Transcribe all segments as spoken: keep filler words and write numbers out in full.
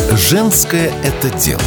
Женское – это дело.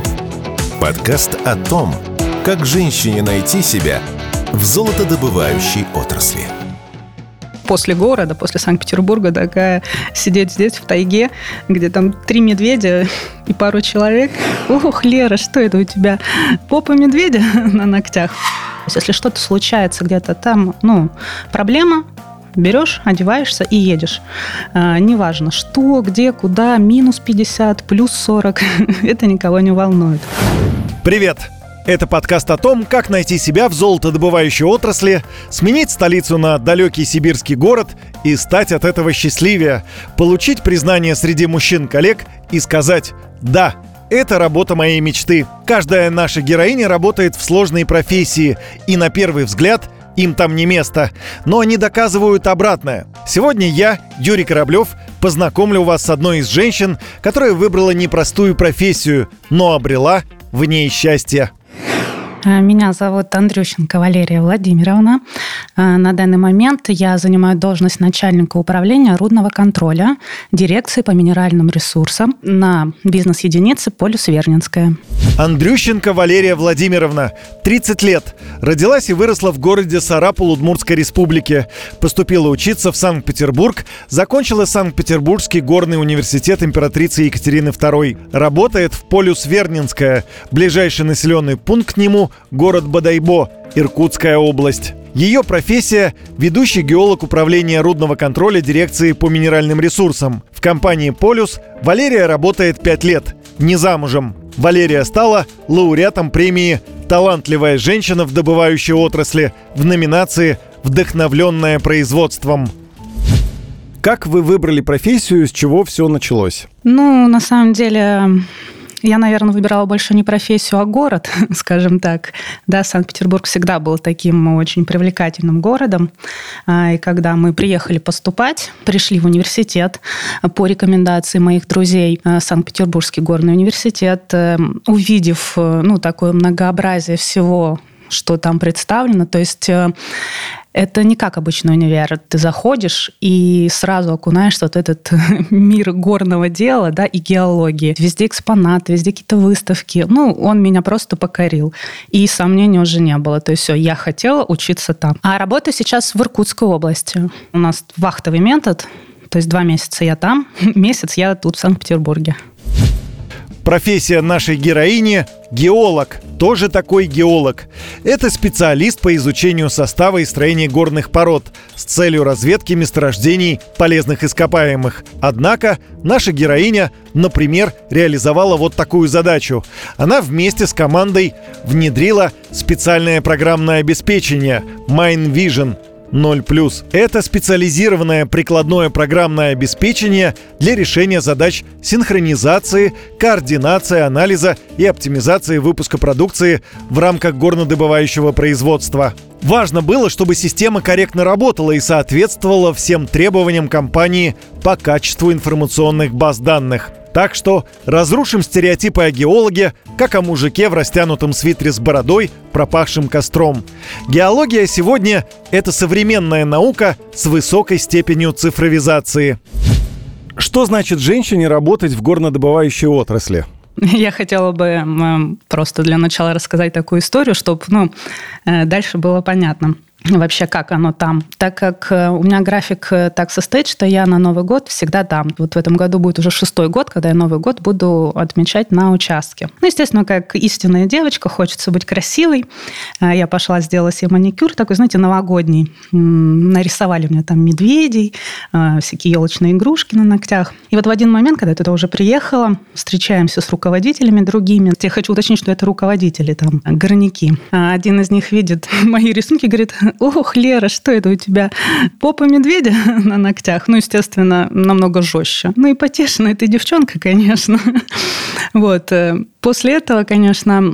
Подкаст о том, как женщине найти себя в золотодобывающей отрасли. После города, после Санкт-Петербурга, такая сидеть здесь, в тайге, где там три медведя и пару человек. Ох, Лера, что это у тебя? Попа медведя на ногтях? Если что-то случается где-то там, ну, проблема, берешь, одеваешься и едешь. А, неважно, что, где, куда, минус пятьдесят, плюс сорок, это никого не волнует. Привет! Это подкаст о том, как найти себя в золотодобывающей отрасли, сменить столицу на далекий сибирский город и стать от этого счастливее, получить признание среди мужчин-коллег и сказать «Да, это работа моей мечты». Каждая наша героиня работает в сложной профессии, и на первый взгляд им там не место, но они доказывают обратное. Сегодня я, Юрий Кораблев, познакомлю вас с одной из женщин, которая выбрала непростую профессию, но обрела в ней счастье. Меня зовут Андрющенко Валерия Владимировна. На данный момент я занимаю должность начальника управления рудного контроля дирекции по минеральным ресурсам на бизнес-единице «Полюс Вернинская». Андрющенко Валерия Владимировна, тридцать лет. Родилась и выросла в городе Сарапул Удмуртской республики. Поступила учиться в Санкт-Петербург, закончила Санкт-Петербургский горный университет императрицы Екатерины второй. Работает в «Полюс Вернинская». Ближайший населенный пункт к нему – город Бодайбо, Иркутская область. Ее профессия – ведущий геолог управления рудного контроля дирекции по минеральным ресурсам. В компании «Полюс» Валерия работает пять лет. Не замужем. Валерия стала лауреатом премии «Талантливая женщина в добывающей отрасли» в номинации «Вдохновленная производством». Как вы выбрали профессию, с чего все началось? Ну, на самом деле, я, наверное, выбирала больше не профессию, а город, скажем так. Да, Санкт-Петербург всегда был таким очень привлекательным городом. И когда мы приехали поступать, пришли в университет по рекомендации моих друзей, Санкт-Петербургский горный университет, увидев, ну, такое многообразие всего, что там представлено, то есть это не как обычный универ. Ты заходишь и сразу окунаешься в вот этот мир горного дела, да, и геологии. Везде экспонаты, везде какие-то выставки. Ну, он меня просто покорил. И сомнений уже не было. То есть все, я хотела учиться там. А работаю сейчас в Иркутской области. У нас вахтовый метод. То есть два месяца я там, месяц я тут, в Санкт-Петербурге. Профессия нашей героини – геолог. Тоже такой геолог. Это специалист по изучению состава и строения горных пород с целью разведки месторождений полезных ископаемых. Однако наша героиня, например, реализовала вот такую задачу. Она вместе с командой внедрила специальное программное обеспечение Mine Vision ноль плюс. Это специализированное прикладное программное обеспечение для решения задач синхронизации, координации, анализа и оптимизации выпуска продукции в рамках горнодобывающего производства. Важно было, чтобы система корректно работала и соответствовала всем требованиям компании по качеству информационных баз данных. Так что разрушим стереотипы о геологе, как о мужике в растянутом свитере с бородой, пропахшим костром. Геология сегодня – это современная наука с высокой степенью цифровизации. Что значит женщине работать в горнодобывающей отрасли? Я хотела бы просто для начала рассказать такую историю, чтобы, ну, дальше было понятно вообще, как оно там. Так как у меня график так состоит, что я на Новый год всегда там. Вот в этом году будет уже шестой год, когда я Новый год буду отмечать на участке. Ну, естественно, как истинная девочка, хочется быть красивой. Я пошла, сделала себе маникюр такой, знаете, новогодний. Нарисовали мне там медведей, всякие елочные игрушки на ногтях. И вот в один момент, когда я туда уже приехала, встречаемся с руководителями другими. Я хочу уточнить, что это руководители, там, горняки. Один из них видит мои рисунки и говорит: ох, Лера, что это у тебя? Попа медведя на ногтях? Ну, естественно, намного жестче. Ну, и потешная ты девчонка, конечно. Вот. После этого, конечно,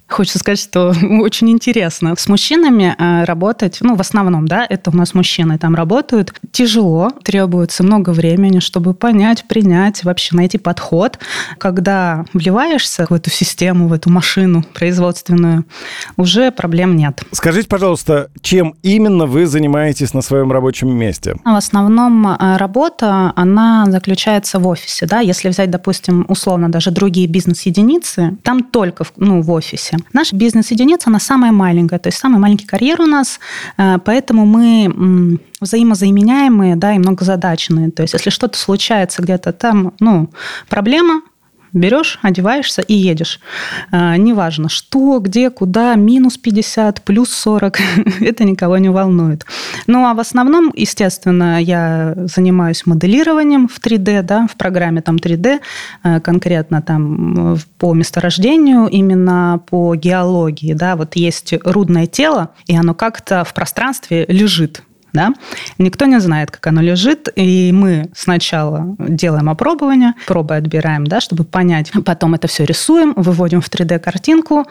Хочется сказать, что очень интересно. С мужчинами работать, ну, в основном, да, это у нас мужчины там работают, тяжело, требуется много времени, чтобы понять, принять, вообще найти подход. Когда вливаешься в эту систему, в эту машину производственную, уже проблем нет. Скажите, пожалуйста, чем именно вы занимаетесь на своем рабочем месте? В основном работа, она заключается в офисе, да, если взять, допустим, условно даже другие бизнес-единицы, там только, ну, в офисе. Наша бизнес-единица, она самая маленькая, то есть самый маленький карьер у нас, поэтому мы взаимозаменяемые, да, и многозадачные. То есть если что-то случается где-то там, ну, проблема, берешь, одеваешься и едешь. Неважно, что, где, куда, минус пятьдесят, плюс сорок, это никого не волнует. Ну, а в основном, естественно, я занимаюсь моделированием в три дэ, да, в программе там три дэ, конкретно там по месторождению, именно по геологии, да, вот есть рудное тело, и оно как-то в пространстве лежит. Да? Никто не знает, как оно лежит, и мы сначала делаем опробование, пробы отбираем, да, чтобы понять, потом это все рисуем, выводим в три дэ-картинку,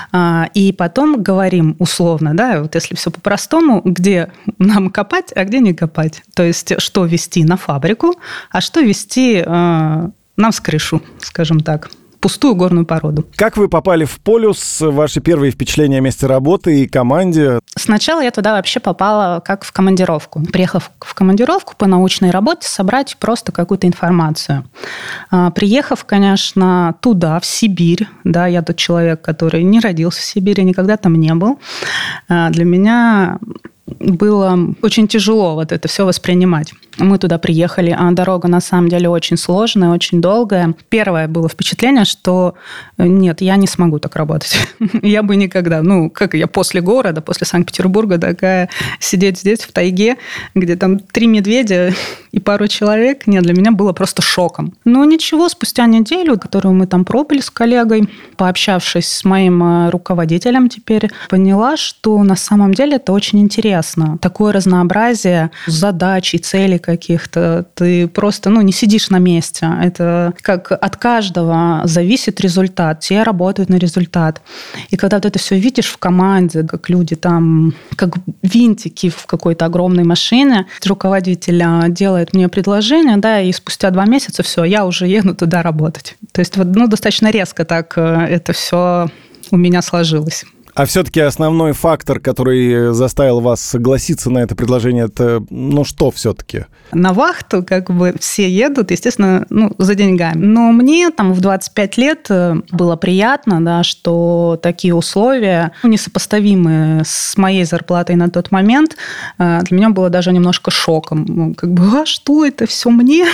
и потом говорим условно, да, вот если все по-простому, где нам копать, а где не копать. То есть, что везти на фабрику, а что везти нам с крышу, скажем так. Пустую горную породу. Как вы попали в «Полюс»? Ваши первые впечатления о месте работы и команде? Сначала я туда вообще попала как в командировку. Приехав в командировку по научной работе, собрать просто какую-то информацию. Приехав, конечно, туда, в Сибирь, да, я тот человек, который не родился в Сибири, никогда там не был. Для меня было очень тяжело вот это все воспринимать. Мы туда приехали, а дорога на самом деле очень сложная, очень долгая. Первое было впечатление, что нет, я не смогу так работать. Я бы никогда, ну, как я после города, после Санкт-Петербурга такая, сидеть здесь в тайге, где там три медведя и пару человек, нет, для меня было просто шоком. Но ничего, спустя неделю, которую мы там пробыли с коллегой, пообщавшись с моим руководителем теперь, поняла, что на самом деле это очень интересно. Такое разнообразие задач и целей каких-то. Ты просто, ну, не сидишь на месте. Это как от каждого зависит результат. Все работают на результат. И когда ты это все видишь в команде, как люди там, как винтики в какой-то огромной машине, руководитель делает мне предложение, да, и спустя два месяца все, я уже еду туда работать. То есть, ну, достаточно резко так это все у меня сложилось. А все-таки основной фактор, который заставил вас согласиться на это предложение, это, ну, что все-таки? На вахту как бы все едут, естественно, ну, за деньгами. Но мне там в двадцать пять лет было приятно, да, что такие условия, ну, несопоставимые с моей зарплатой на тот момент, для меня было даже немножко шоком. Ну, как бы, а что это все мне?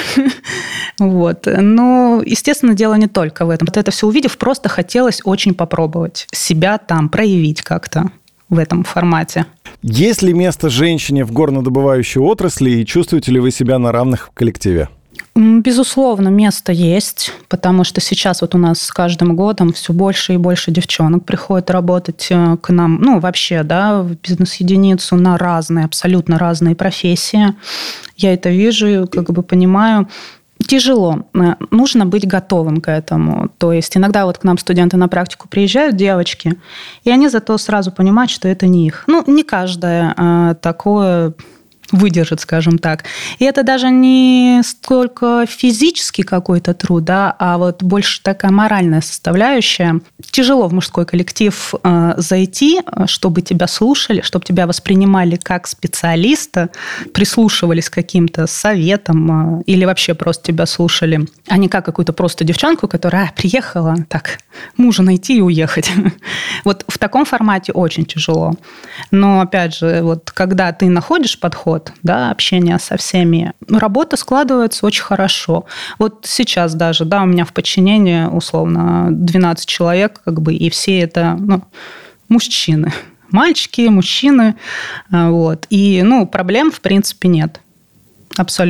Вот. Но, естественно, дело не только в этом. Вот это все увидев, просто хотелось очень попробовать себя там проявить как-то в этом формате. Есть ли место женщине в горнодобывающей отрасли, и чувствуете ли вы себя на равных в коллективе? Безусловно, место есть, потому что сейчас вот у нас с каждым годом все больше и больше девчонок приходят работать к нам, ну, вообще, да, в бизнес-единицу на разные, абсолютно разные профессии. Я это вижу, как бы понимаю. Тяжело. Нужно быть готовым к этому. То есть иногда вот к нам студенты на практику приезжают, девочки, и они зато сразу понимают, что это не их. Ну, не каждая а, такое выдержит, скажем так. И это даже не столько физический какой-то труд, да, а вот больше такая моральная составляющая. Тяжело в мужской коллектив э, зайти, чтобы тебя слушали, чтобы тебя воспринимали как специалиста, прислушивались к каким-то советам э, или вообще просто тебя слушали, а не как какую-то просто девчонку, которая а, приехала, так, мужа найти и уехать. Вот в таком формате очень тяжело. Но, опять же, вот когда ты находишь подход, да, общение со всеми, работа складывается очень хорошо. Вот сейчас даже, да, у меня в подчинении условно двенадцать человек, как бы, и все это, ну, мужчины. Мальчики, мужчины. Вот. И, ну, проблем, в принципе, нет. Абсолютно.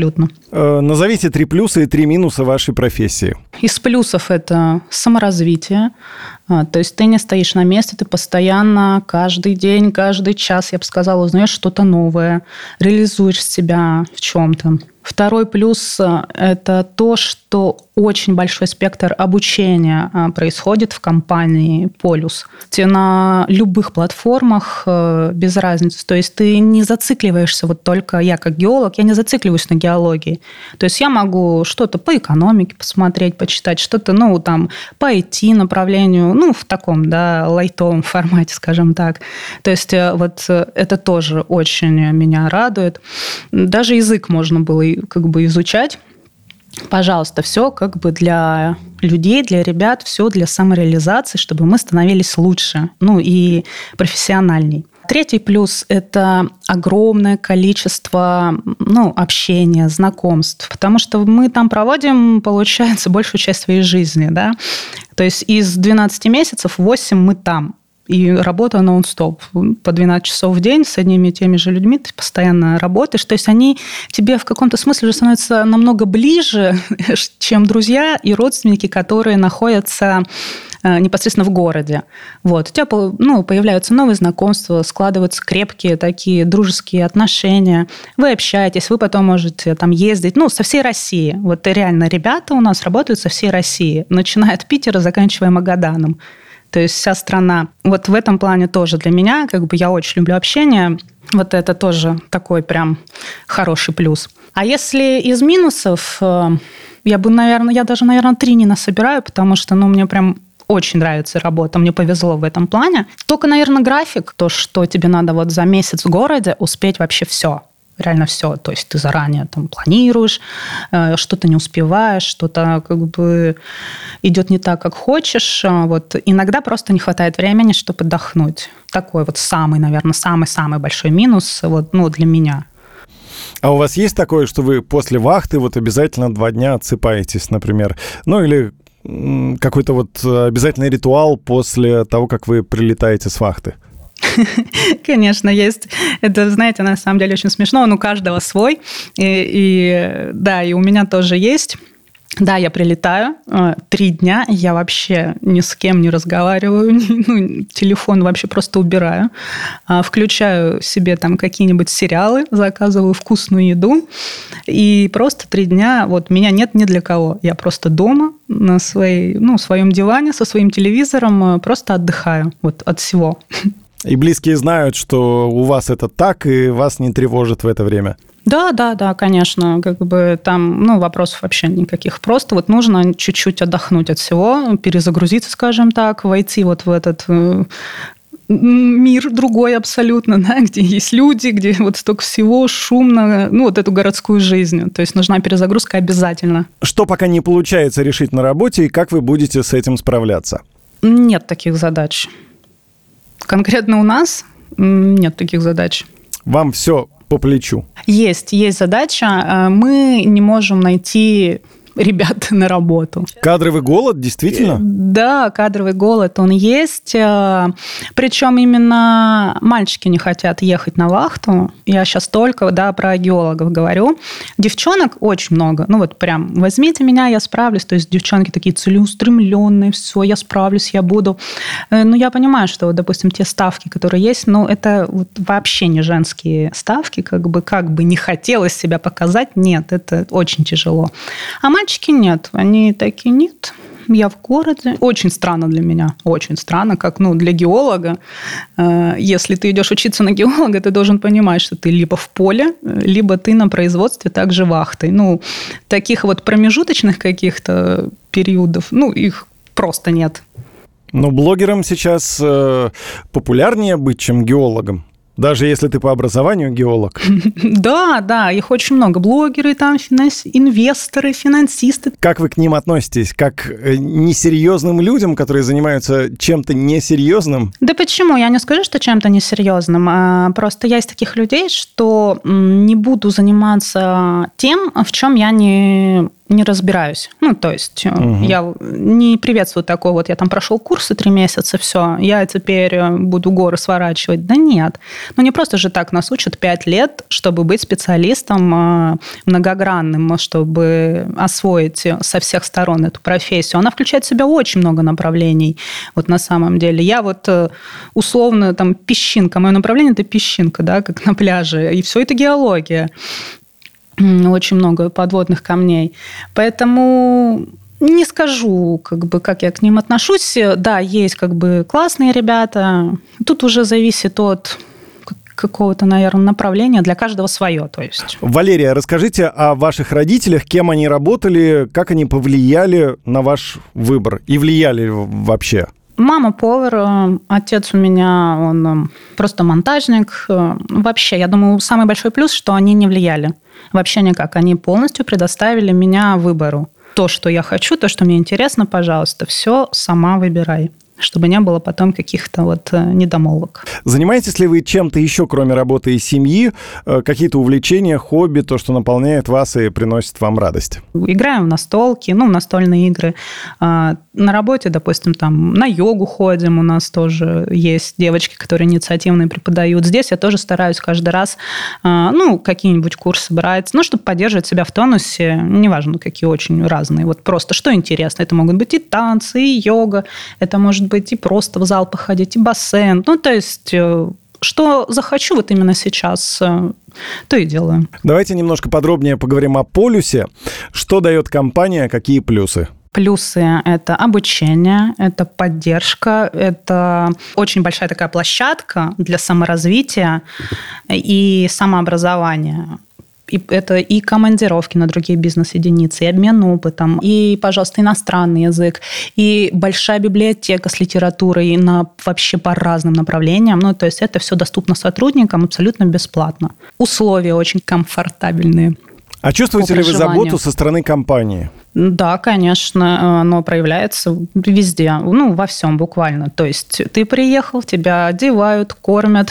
Э, назовите три плюса и три минуса вашей профессии. Из плюсов это саморазвитие. То есть ты не стоишь на месте, ты постоянно, каждый день, каждый час, я бы сказала, узнаешь что-то новое, реализуешь себя в чем-то. Второй плюс – это то, что очень большой спектр обучения происходит в компании «Полюс». Ты на любых платформах без разницы. То есть ты не зацикливаешься, вот только я как геолог, я не зацикливаюсь на геологии. То есть я могу что-то по экономике посмотреть, почитать, что-то, ну, там, по ай ти-направлению, ну, в таком, да, лайтовом формате, скажем так. То есть вот это тоже очень меня радует. Даже язык можно было как бы изучать. Пожалуйста, все как бы для людей, для ребят, все для самореализации, чтобы мы становились лучше, ну и профессиональней. Третий плюс – это огромное количество ну, общения, знакомств, потому что мы там проводим, получается, большую часть своей жизни. Да? То есть из двенадцати месяцев восемь мы там. И работа нон-стоп. По двенадцать часов в день с одними и теми же людьми ты постоянно работаешь. То есть они тебе в каком-то смысле уже становятся намного ближе, чем друзья и родственники, которые находятся непосредственно в городе. Вот. У тебя ну, появляются новые знакомства, складываются крепкие такие дружеские отношения. Вы общаетесь, вы потом можете там ездить ну, со всей России. Вот реально ребята у нас работают со всей России, начиная от Питера, заканчивая Магаданом. То есть вся страна. Вот в этом плане тоже для меня, как бы я очень люблю общение. Вот это тоже такой прям хороший плюс. А если из минусов, я бы, наверное, я даже, наверное, три не насобираю, потому что, ну, мне прям очень нравится работа, мне повезло в этом плане. Только, наверное, график, то, что тебе надо вот за месяц в городе успеть вообще все. Реально все. То есть ты заранее там планируешь, что-то не успеваешь, что-то как бы идет не так, как хочешь. Вот. Иногда просто не хватает времени, чтобы отдохнуть. Такой вот самый, наверное, самый-самый большой минус вот, ну, для меня. А у вас есть такое, что вы после вахты вот обязательно два дня отсыпаетесь, например? Ну или какой-то вот обязательный ритуал после того, как вы прилетаете с вахты? Конечно, есть. Это, знаете, на самом деле очень смешно. Он у каждого свой. И, и да, и у меня тоже есть. Да, я прилетаю. Три дня я вообще ни с кем не разговариваю. Ну, телефон вообще просто убираю. Включаю себе там какие-нибудь сериалы, заказываю вкусную еду. И просто три дня вот меня нет ни для кого. Я просто дома на своей, ну, своем диване со своим телевизором просто отдыхаю вот от всего. И близкие знают, что у вас это так, и вас не тревожит в это время? Да, да, да, конечно. Как бы там, ну, вопросов вообще никаких. Просто вот нужно чуть-чуть отдохнуть от всего, перезагрузиться, скажем так, войти вот в этот э, мир другой абсолютно, да, где есть люди, где вот столько всего, шумно, ну, вот эту городскую жизнь. То есть нужна перезагрузка обязательно. Что пока не получается решить на работе, и как вы будете с этим справляться? Нет таких задач. Конкретно у нас нет таких задач. Вам все по плечу? Есть, есть задача. Мы не можем найти ребят на работу. Кадровый голод, действительно? Да, кадровый голод, он есть. Причем именно мальчики не хотят ехать на вахту. Я сейчас только да, про геологов говорю. Девчонок очень много. Ну вот прям возьмите меня, я справлюсь. То есть девчонки такие целеустремленные, все, я справлюсь, я буду. Но я понимаю, что, допустим, те ставки, которые есть, ну это вот вообще не женские ставки. Как бы, как бы не хотелось себя показать, нет, это очень тяжело. А мальчики нет. Они такие, нет, я в городе. Очень странно для меня. Очень странно, как ну, для геолога. Если ты идешь учиться на геолога, ты должен понимать, что ты либо в поле, либо ты на производстве также вахтой. Ну, таких вот промежуточных каких-то периодов, ну, их просто нет. Но блогерам сейчас э, популярнее быть, чем геологам. Даже если ты по образованию геолог. Да, да, их очень много. Блогеры, там, финанс... инвесторы, финансисты. Как вы к ним относитесь? Как к несерьезным людям, которые занимаются чем-то несерьезным? Да почему? Я не скажу, что чем-то несерьезным. Просто я из таких людей, что не буду заниматься тем, в чем я не не разбираюсь. Ну, то есть угу. я не приветствую такого, вот я там прошел курсы три месяца, все, я теперь буду горы сворачивать. Да нет. Ну, не просто же так нас учат пять лет, чтобы быть специалистом многогранным, чтобы освоить со всех сторон эту профессию. Она включает в себя очень много направлений. Вот на самом деле. Я вот условно там песчинка, мое направление – это песчинка, да, как на пляже, и все это геология. Очень много подводных камней. Поэтому не скажу, как бы, как я к ним отношусь. Да, есть как бы классные ребята. Тут уже зависит от какого-то, наверное, направления. Для каждого свое. То есть. Валерия, расскажите о ваших родителях, кем они работали, как они повлияли на ваш выбор и влияли вообще? Мама повар, отец у меня, он просто монтажник. Вообще, я думаю, самый большой плюс, что они не влияли. Вообще никак. Они полностью предоставили меня выбору. То, что я хочу, то, что мне интересно, пожалуйста, все сама выбирай, чтобы не было потом каких-то вот недомолвок. Занимаетесь ли вы чем-то еще, кроме работы и семьи? Какие-то увлечения, хобби, то, что наполняет вас и приносит вам радость? Играем в настолки, ну, в настольные игры. На работе, допустим, там на йогу ходим, у нас тоже есть девочки, которые инициативные преподают. Здесь я тоже стараюсь каждый раз, ну, какие-нибудь курсы брать, ну, чтобы поддерживать себя в тонусе, неважно, какие очень разные. Вот просто что интересно. Это могут быть и танцы, и йога, это может быть и просто в зал походить, и бассейн. Ну, то есть, что захочу вот именно сейчас, то и делаю. Давайте немножко подробнее поговорим о полюсе. Что дает компания, какие плюсы? Плюсы – это обучение, это поддержка, это очень большая такая площадка для саморазвития и самообразования. И это и командировки на другие бизнес-единицы, и обмен опытом, и, пожалуйста, иностранный язык, и большая библиотека с литературой на вообще по разным направлениям. Ну, то есть это все доступно сотрудникам абсолютно бесплатно. Условия очень комфортабельные. А чувствуете ли вы заботу со стороны компании? Да, конечно, оно проявляется везде, ну, во всем буквально. То есть ты приехал, тебя одевают, кормят,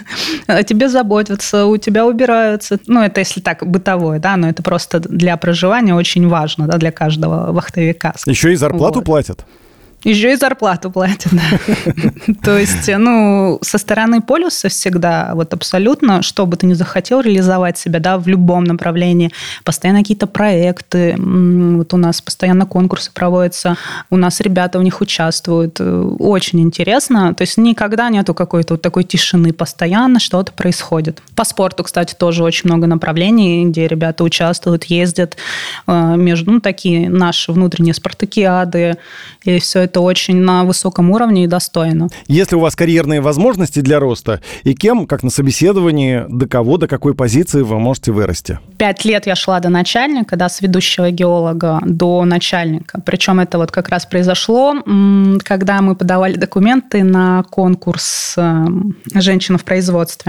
о тебе заботятся, у тебя убираются. Ну, это если так бытовое, да, но это просто для проживания очень важно, да, для каждого вахтовика. Еще и зарплату вот. Платят? Еще и зарплату платят, да. То есть, ну, со стороны полюса всегда, вот абсолютно, что бы ты ни захотел реализовать себя, да, в любом направлении, постоянно какие-то проекты, вот у нас постоянно конкурсы проводятся, у нас ребята в них участвуют, очень интересно, то есть никогда нету какой-то вот такой тишины, постоянно что-то происходит. По спорту, кстати, тоже очень много направлений, где ребята участвуют, ездят между, ну, такие наши внутренние спартакиады, и все это это очень на высоком уровне и достойно. Если у вас карьерные возможности для роста, и кем, как на собеседовании, до кого, до какой позиции вы можете вырасти? Пять лет я шла до начальника, да, с ведущего геолога до начальника. Причем это вот как раз произошло, когда мы подавали документы на конкурс «Женщина в производстве».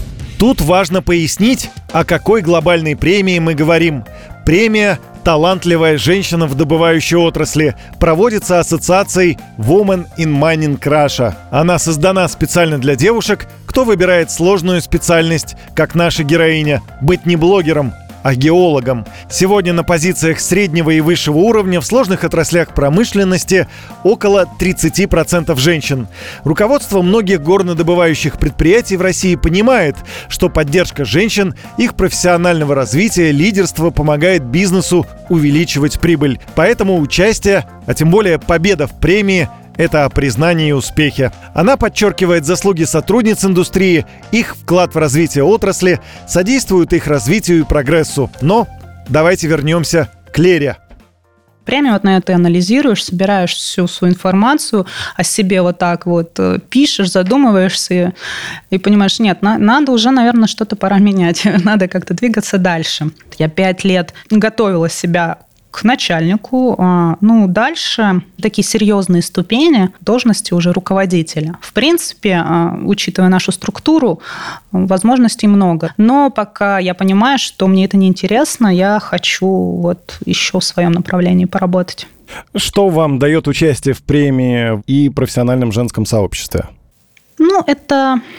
Тут важно пояснить, о какой глобальной премии мы говорим. Премия «Талантливая женщина в добывающей отрасли» проводится ассоциацией Women in Mining Russia. Она создана специально для девушек, кто выбирает сложную специальность, как наша героиня, быть не блогером, а геологом. Сегодня на позициях среднего и высшего уровня в сложных отраслях промышленности около тридцать процентов женщин. Руководство многих горнодобывающих предприятий в России понимает, что поддержка женщин, их профессионального развития, лидерства помогает бизнесу увеличивать прибыль. Поэтому участие, а тем более победа в премии – это о признании и успехе. Она подчеркивает заслуги сотрудниц индустрии, их вклад в развитие отрасли, содействует их развитию и прогрессу. Но давайте вернемся к Лере. Премию вот на это анализируешь, собираешь всю свою информацию о себе вот так вот, пишешь, задумываешься и понимаешь, нет, на, надо уже, наверное, что-то пора менять, надо как-то двигаться дальше. Я пять лет готовила себя к начальнику. Ну, дальше такие серьезные ступени должности уже руководителя. В принципе, учитывая нашу структуру, возможностей много. Но пока я понимаю, что мне это неинтересно, я хочу вот еще в своем направлении поработать. Что вам дает участие в премии и профессиональном женском сообществе? Ну, это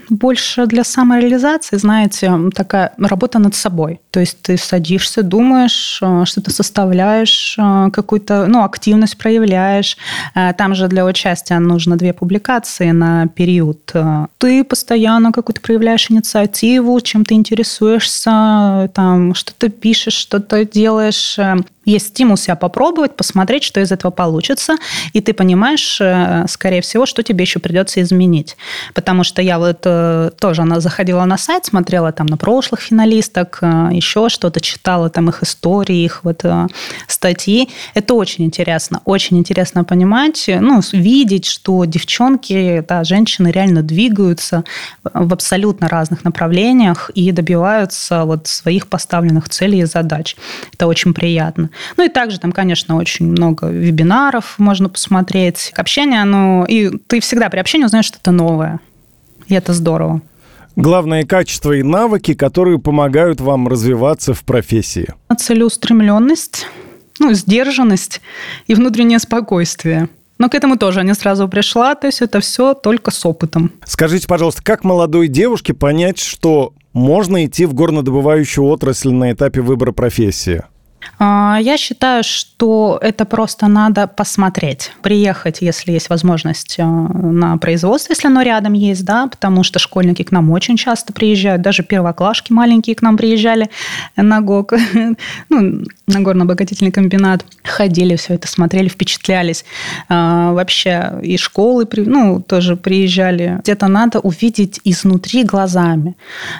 больше для самореализации, знаете, такая работа над собой. То есть ты садишься, думаешь, что-то составляешь, какую-то, ну, активность проявляешь. Там же для участия нужно две публикации на период. Ты постоянно какую-то проявляешь инициативу, чем ты интересуешься, там, что-то пишешь, что-то делаешь. Есть стимул себя попробовать, посмотреть, что из этого получится, и ты понимаешь, скорее всего, что тебе еще придется изменить. Потому что я вот тоже она заходила на сайт, смотрела там на прошлых финалисток, еще что-то, читала там их истории, их вот статьи. Это очень интересно. Очень интересно понимать, ну, видеть, что девчонки, да, женщины реально двигаются в абсолютно разных направлениях и добиваются вот своих поставленных целей и задач. Это очень приятно. Ну и также там, конечно, очень много вебинаров можно посмотреть. Общение, оно... И ты всегда при общении узнаешь что-то новое. И это здорово. Главное качество и навыки, которые помогают вам развиваться в профессии. Целеустремленность, ну, сдержанность и внутреннее спокойствие. Но к этому тоже не сразу пришла, то есть это все только с опытом. Скажите, пожалуйста, как молодой девушке понять, что можно идти в горнодобывающую отрасль на этапе выбора профессии? Я считаю, что это просто надо посмотреть. Приехать, если есть возможность, на производство, если оно рядом есть, да, потому что школьники к нам очень часто приезжают, даже первоклашки маленькие к нам приезжали на ГОК, ну, на горно-обогатительный комбинат, ходили, все это смотрели, впечатлялись. Вообще и школы, ну, тоже приезжали. Где-то надо увидеть изнутри глазами.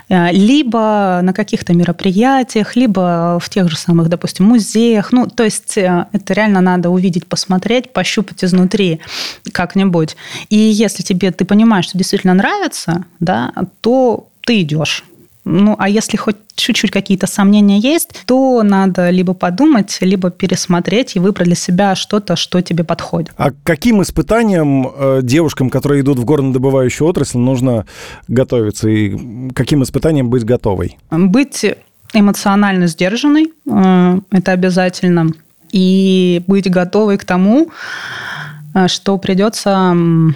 Либо на каких-то мероприятиях, либо в тех же самых, допустим, в музеях. Ну, то есть это реально надо увидеть, посмотреть, пощупать изнутри как-нибудь. И если тебе, ты понимаешь, что действительно нравится, да, то ты идешь. Ну, а если хоть чуть-чуть какие-то сомнения есть, то надо либо подумать, либо пересмотреть и выбрать для себя что-то, что тебе подходит. А к каким испытаниям э, девушкам, которые идут в горнодобывающую отрасль, нужно готовиться? И каким испытаниям быть готовой? Быть эмоционально сдержанной, э, это обязательно. И быть готовой к тому, что придется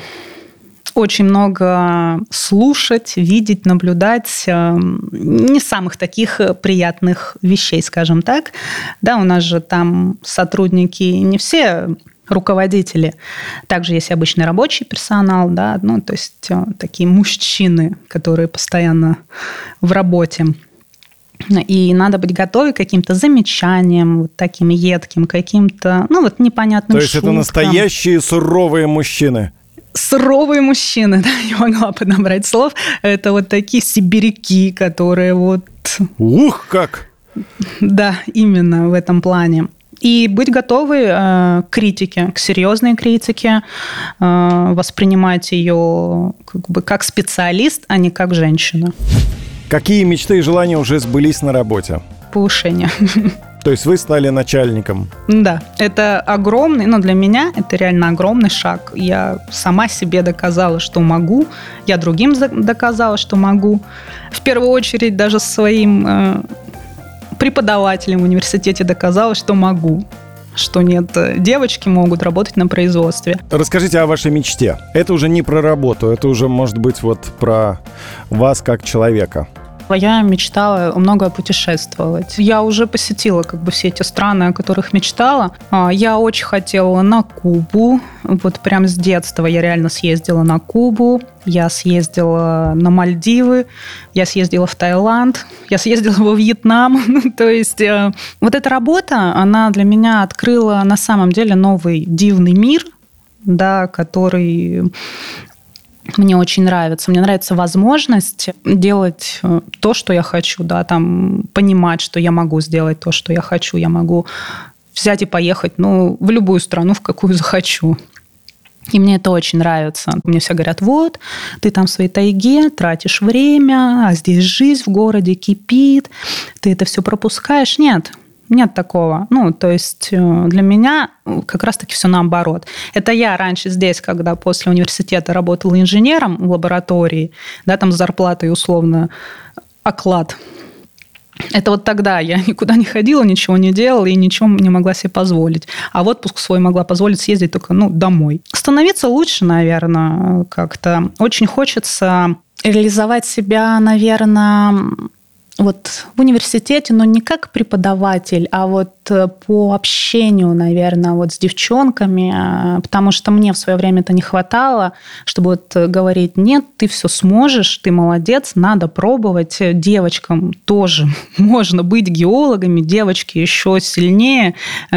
очень много слушать, видеть, наблюдать не самых таких приятных вещей, скажем так. Да, у нас же там сотрудники не все руководители. Также есть обычный рабочий персонал, да, ну, то есть такие мужчины, которые постоянно в работе. И надо быть готовы к каким-то замечаниям, вот таким едким, каким-то, ну, вот непонятным шуткам. То есть шуткам. это настоящие суровые мужчины? Суровые мужчины, да, не могла подобрать слов. Это вот такие сибиряки, которые вот... Ух, как! Да, именно в этом плане. И быть готовы э, к критике, к серьезной критике, э, воспринимать ее как бы как специалист, а не как женщина. Какие мечты и желания уже сбылись на работе? Повышение. То есть вы стали начальником? Да, это огромный, ну, для меня это реально огромный шаг. Я сама себе доказала, что могу, я другим доказала, что могу. В первую очередь даже своим э, преподавателям в университете доказала, что могу. Что нет, девочки могут работать на производстве. Расскажите о вашей мечте. Это уже не про работу, это уже, может быть, вот про вас как человека. Я мечтала много путешествовать. Я уже посетила как бы все эти страны, о которых мечтала. Я очень хотела на Кубу. Вот прям с детства я реально съездила на Кубу. Я съездила на Мальдивы. Я съездила в Таиланд. Я съездила во Вьетнам. То есть вот эта работа, она для меня открыла на самом деле новый дивный мир, да, который... Мне очень нравится. Мне нравится возможность делать то, что я хочу, да, там, понимать, что я могу сделать то, что я хочу. Я могу взять и поехать, ну, в любую страну, в какую захочу. И мне это очень нравится. Мне все говорят, вот, ты там в своей тайге тратишь время, а здесь жизнь в городе кипит, ты это все пропускаешь. Нет. Нет такого. Ну, то есть для меня как раз-таки все наоборот. Это я раньше здесь, когда после университета работала инженером в лаборатории, да, там с зарплатой условно оклад. Это вот тогда я никуда не ходила, ничего не делала и ничего не могла себе позволить. А в отпуск свой могла позволить съездить только, ну, домой. Становиться лучше, наверное, как-то. Очень хочется реализовать себя, наверное, вот в университете, но не как преподаватель, а вот по общению, наверное, вот с девчонками, потому что мне в свое время это не хватало, чтобы вот говорить: нет, ты все сможешь, ты молодец, надо пробовать. Девочкам тоже можно быть геологами, девочки еще сильнее,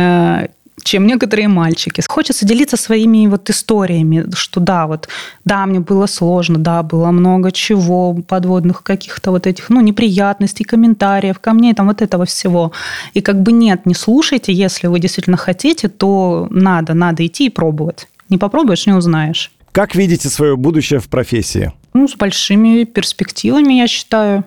чем некоторые мальчики. Хочется делиться своими вот историями, что да, вот, да, мне было сложно, да, было много чего, подводных каких-то вот этих, ну, неприятностей, комментариев, камней, там вот этого всего. И как бы нет, не слушайте, если вы действительно хотите, то надо, надо идти и пробовать. Не попробуешь, не узнаешь. Как видите свое будущее в профессии? Ну, с большими перспективами, я считаю.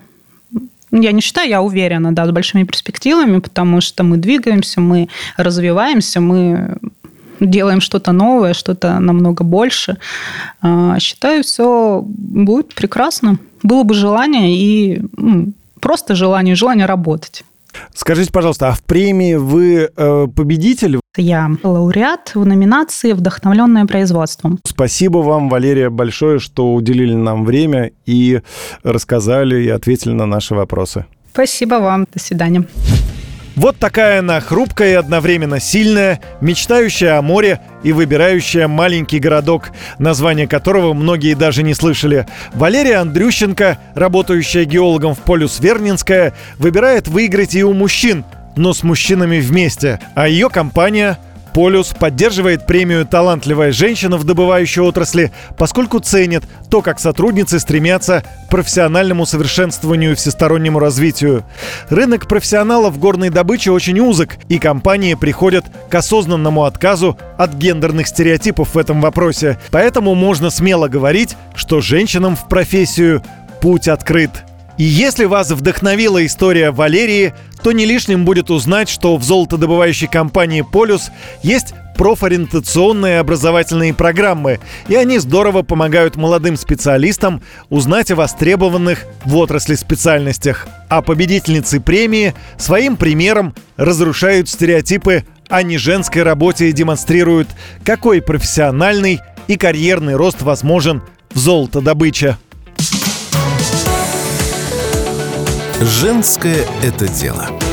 Я не считаю, я уверена, да, с большими перспективами, потому что мы двигаемся, мы развиваемся, мы делаем что-то новое, что-то намного больше. Считаю, все будет прекрасно. Было бы желание и ну, просто желание, желание работать. Скажите, пожалуйста, а в премии вы э, победитель? Я лауреат в номинации «Вдохновленное производством». Спасибо вам, Валерия, большое, что уделили нам время и рассказали и ответили на наши вопросы. Спасибо вам. До свидания. Вот такая она, хрупкая и одновременно сильная, мечтающая о море и выбирающая маленький городок, название которого многие даже не слышали. Валерия Андрющенко, работающая геологом в Полюс-Вернинское, выбирает выиграть и у мужчин, но с мужчинами вместе. А ее компания «Полюс» поддерживает премию «Талантливая женщина» в добывающей отрасли, поскольку ценит то, как сотрудницы стремятся к профессиональному совершенствованию и всестороннему развитию. Рынок профессионалов в горной добыче очень узок, и компании приходят к осознанному отказу от гендерных стереотипов в этом вопросе. Поэтому можно смело говорить, что женщинам в профессию путь открыт. И если вас вдохновила история Валерии, то не лишним будет узнать, что в золотодобывающей компании «Полюс» есть профориентационные образовательные программы, и они здорово помогают молодым специалистам узнать о востребованных в отрасли специальностях. А победительницы премии своим примером разрушают стереотипы о неженской работе и демонстрируют, какой профессиональный и карьерный рост возможен в золотодобыче. Женское это дело.